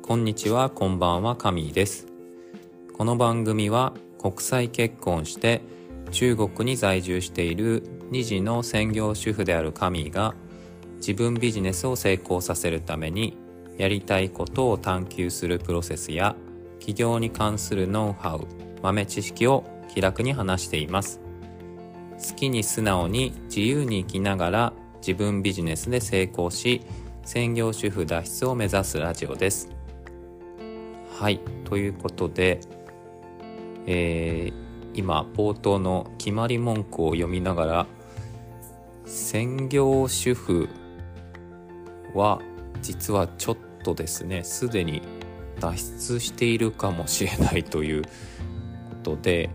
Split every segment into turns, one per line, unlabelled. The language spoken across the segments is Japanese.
こんにちは、こんばんは、カミーです。この番組は国際結婚して中国に在住している2児の専業主婦であるカミーが自分ビジネスを成功させるためにやりたいことを探求するプロセスや起業に関するノウハウ、豆知識を気楽に話しています。好きに素直に自由に生きながら自分ビジネスで成功し専業主婦脱出を目指すラジオです。はい、ということで、今冒頭の決まり文句を読みながら専業主婦は実はちょっとですね、すでに脱出しているかもしれないということで、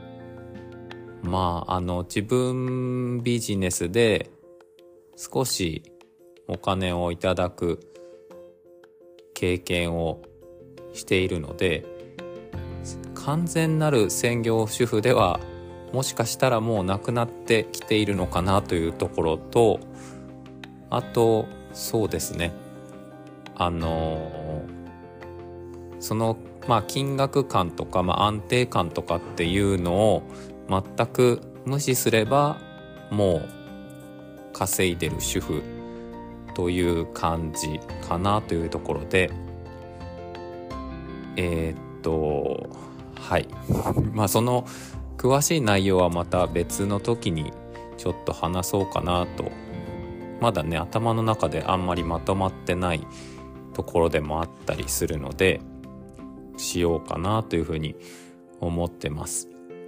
自分ビジネスで少しお金をいただく経験をしているので、完全なる専業主婦ではもしかしたらもうなくなってきているのかなというところと、あとそうですね、その金額感とか、安定感とかっていうのを全く無視すればもう稼いでる主婦という感じかなというところで、はい。その詳しい内容はまた別の時にちょっと話そうかなと、まだね頭の中であんまりまとまってないところでもあったりするのでしようかなというふうに思ってます。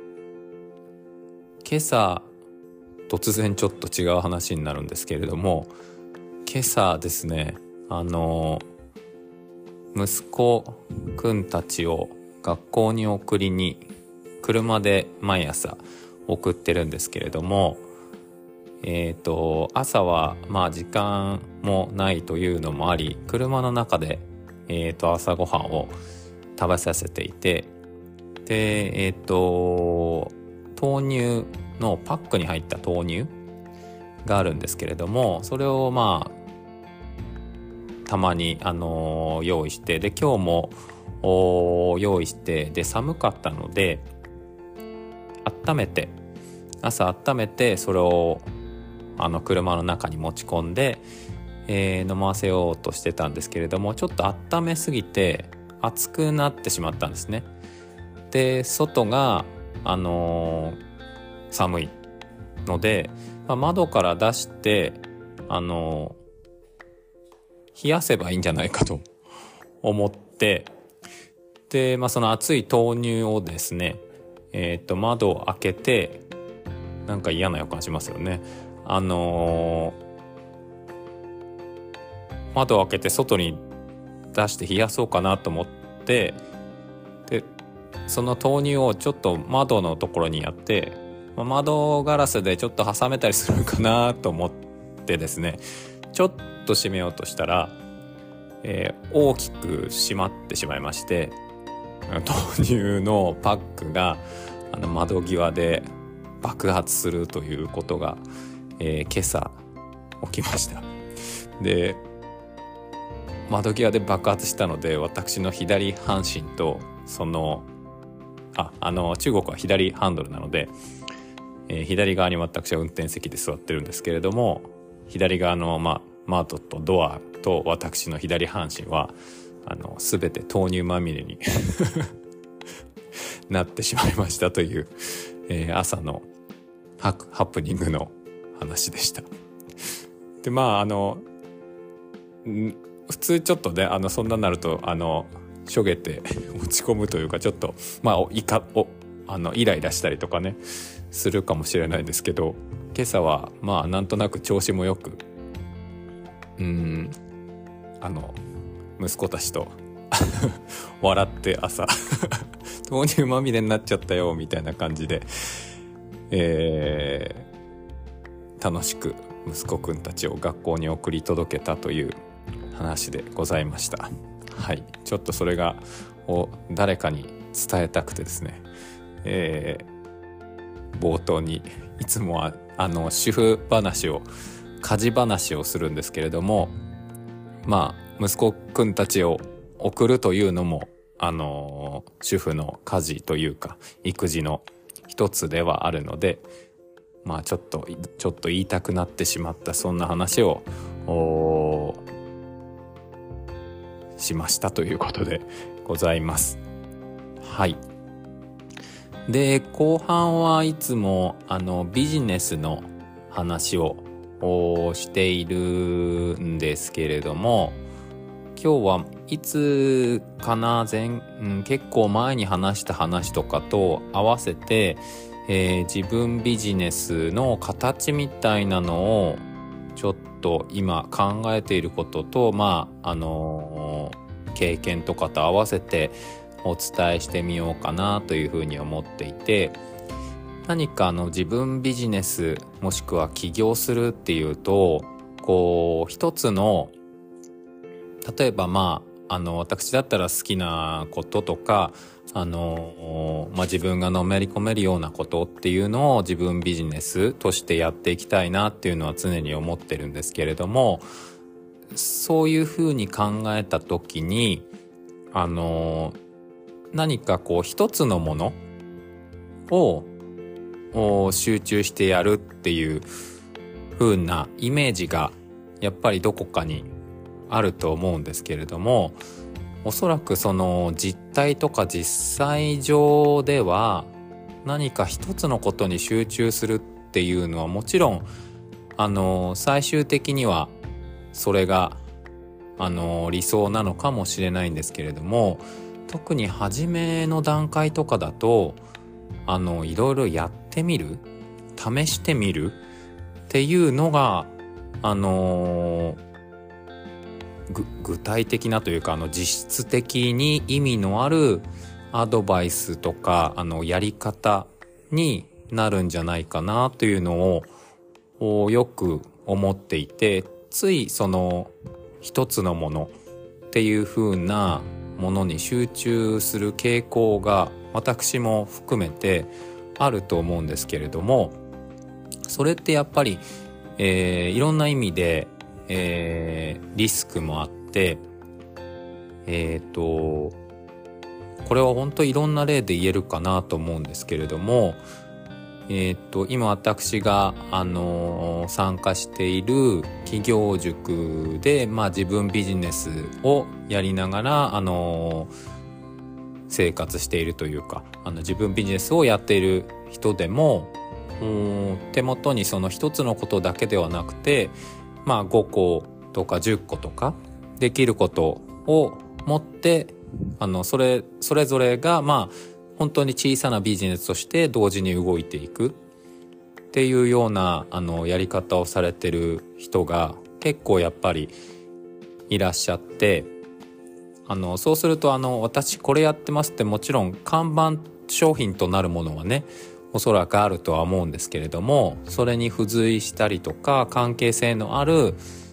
今朝突然ちょっと違う話になるんですけれども、今朝ですね、息子くんたちを学校に送りに車で毎朝送ってるんですけれども、朝は時間もないというのもあり、車の中で、朝ごはんを食べさせていて、で豆乳のパックに入った豆乳があるんですけれども、それをたまに、用意して、で今日も用意して、で寒かったので朝温めてそれを車の中に持ち込んで、飲ませようとしてたんですけれども、ちょっと温めすぎて熱くなってしまったんですね。で外が、寒いので、窓から出して冷やせばいいんじゃないかと思って、で、その熱い豆乳をですね、窓を開けて、なんか嫌な予感しますよね。窓を開けて外に出して冷やそうかなと思って、でその豆乳をちょっと窓のところにやって、窓ガラスでちょっと挟めたりするかなと思ってですね、ちょっと閉めようとしたら、大きく閉まってしまいまして、豆乳のパックが窓際で爆発するということが、今朝起きました。で窓際で爆発したので、私の左半身と中国は左ハンドルなので、左側に私は運転席で座ってるんですけれども、左側の窓とドアと私の左半身は全て豆乳まみれになってしまいましたという、朝のハプニングの話でした。で普通ちょっとねそんなになるとしょげて落ち込むというか、ちょっとイライラしたりとかねするかもしれないんですけど、今朝はなんとなく調子もよく、息子たちと笑って朝豆乳まみれになっちゃったよみたいな感じで、楽しく息子くんたちを学校に送り届けたという話でございました。はい、ちょっとそれが誰かに伝えたくてですね、冒頭にいつもは主婦話を家事話をするんですけれども、息子くんたちを送るというのも主婦の家事というか育児の一つではあるので、まあちょっと言いたくなってしまったそんな話をしましたということでございます。はい。で、後半はいつもビジネスの話をしているんですけれども、今日はいつかな、結構前に話した話とかと合わせて、自分ビジネスの形みたいなのをちょっと今考えていることと、経験とかと合わせてお伝えしてみようかなというふうに思っていて、何か自分ビジネスもしくは起業するっていうと、一つの例えば私だったら好きなこととか自分がのめり込めるようなことっていうのを自分ビジネスとしてやっていきたいなっていうのは常に思ってるんですけれども、そういうふうに考えた時に何か一つのものを集中してやるっていう風なイメージがやっぱりどこかにあると思うんですけれども、おそらくその実態とか実際上では何か一つのことに集中するっていうのはもちろん最終的にはそれが理想なのかもしれないんですけれども、特に初めの段階とかだといろいろやってみる、試してみるっていうのが具体的なというか実質的に意味のあるアドバイスとかやり方になるんじゃないかなというのをよく思っていて、ついその一つのものっていう風なものに集中する傾向が私も含めてあると思うんですけれども、それってやっぱり、いろんな意味でリスクもあって、これは本当いろんな例で言えるかなと思うんですけれども、今私が参加している企業塾で、自分ビジネスをやりながら生活しているというか自分ビジネスをやっている人でも手元にその一つのことだけではなくて5個とか10個とかできることを持ってそれぞれが本当に小さなビジネスとして同時に動いていくっていうようなやり方をされてる人が結構やっぱりいらっしゃって、そうすると私これやってますってもちろん看板商品となるものはねおそらくあるとは思うんですけれども、それに付随したりとか関係性のある、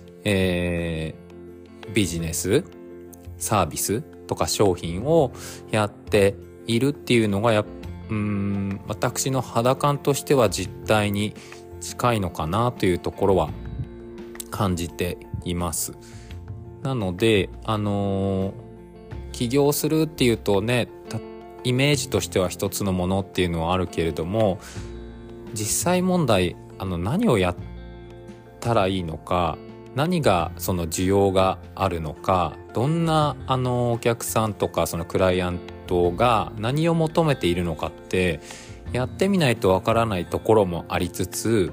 ビジネスサービスとか商品をやっているっていうのが私の肌感としては実態に近いのかなというところは感じています。なので起業するっていうとねイメージとしては一つのものっていうのはあるけれども、実際問題何をやったらいいのか、何がその需要があるのか、どんなお客さんとかそのクライアントが何を求めているのかってやってみないとわからないところもありつつ、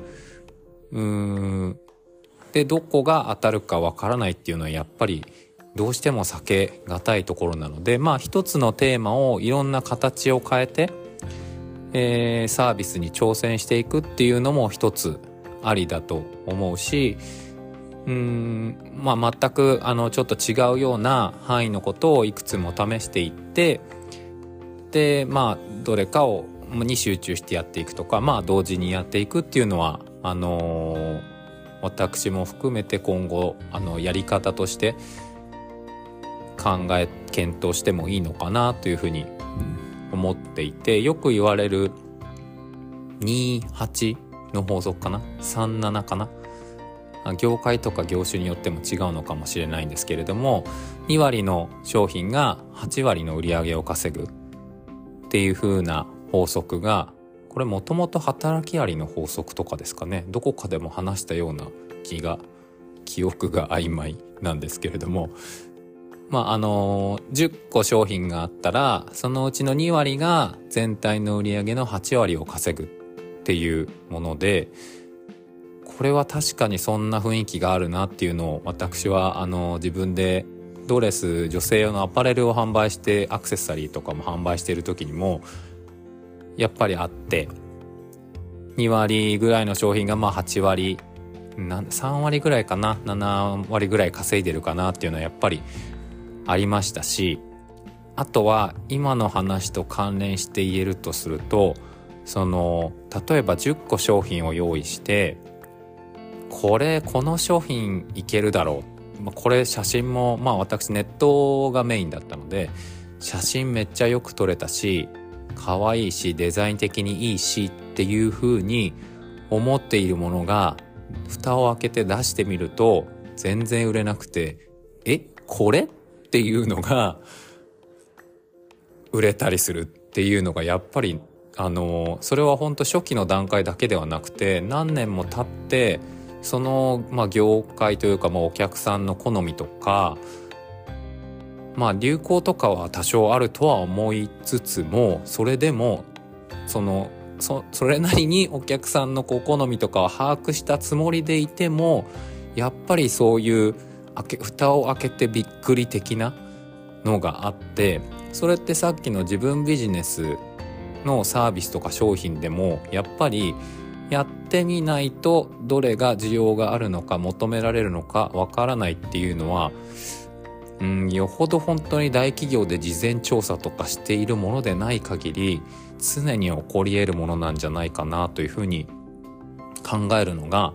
でどこが当たるかわからないっていうのはやっぱりどうしても避けがたいところなので、一つのテーマをいろんな形を変えて、サービスに挑戦していくっていうのも一つありだと思うし、全くちょっと違うような範囲のことをいくつも試していって、でどれかに集中してやっていくとか、同時にやっていくっていうのは私も含めて今後やり方として検討してもいいのかなというふうに思っていて、よく言われる28の法則かな、37かな業界とか業種によっても違うのかもしれないんですけれども、2割の商品が8割の売り上げを稼ぐっていう風な法則が、これもともと働きアリの法則とかですかね、どこかでも話したような記憶が曖昧なんですけれども、10個商品があったらそのうちの2割が全体の売り上げの8割を稼ぐっていうもので、これは確かにそんな雰囲気があるなっていうのを、私は自分でドレス、女性用のアパレルを販売して、アクセサリーとかも販売している時にもやっぱりあって、2割ぐらいの商品が8割、3割ぐらいかな、7割ぐらい稼いでるかなっていうのはやっぱりありましたし、あとは今の話と関連して言えるとすると、例えば10個商品を用意して、この商品いけるだろう、これ写真も私ネットがメインだったので、写真めっちゃよく撮れたし、可愛いし、デザイン的にいいしっていう風に思っているものが、蓋を開けて出してみると全然売れなくて、これっていうのが売れたりするっていうのが、やっぱりそれは本当初期の段階だけではなくて、何年も経ってその業界というかお客さんの好みとか、流行とかは多少あるとは思いつつも、それでもそれなりにお客さんの好みとかを把握したつもりでいても、やっぱりそういう蓋を開けてびっくり的なのがあって、それってさっきの自分ビジネスのサービスとか商品でも、やっぱりやってみないとどれが需要があるのか求められるのかわからないっていうのは、よほど本当に大企業で事前調査とかしているものでない限り、常に起こり得るものなんじゃないかなというふうに考えるのが、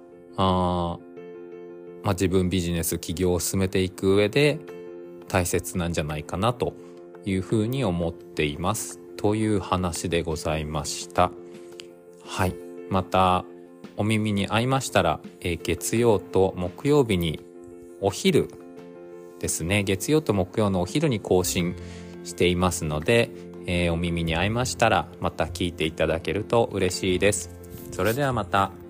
自分ビジネス、起業を進めていく上で大切なんじゃないかなというふうに思っていますという話でございました。はい、またお耳に合いましたら、月曜と木曜日にお昼ですね、月曜と木曜のお昼に更新していますので、お耳に合いましたらまた聞いていただけると嬉しいです。それではまた。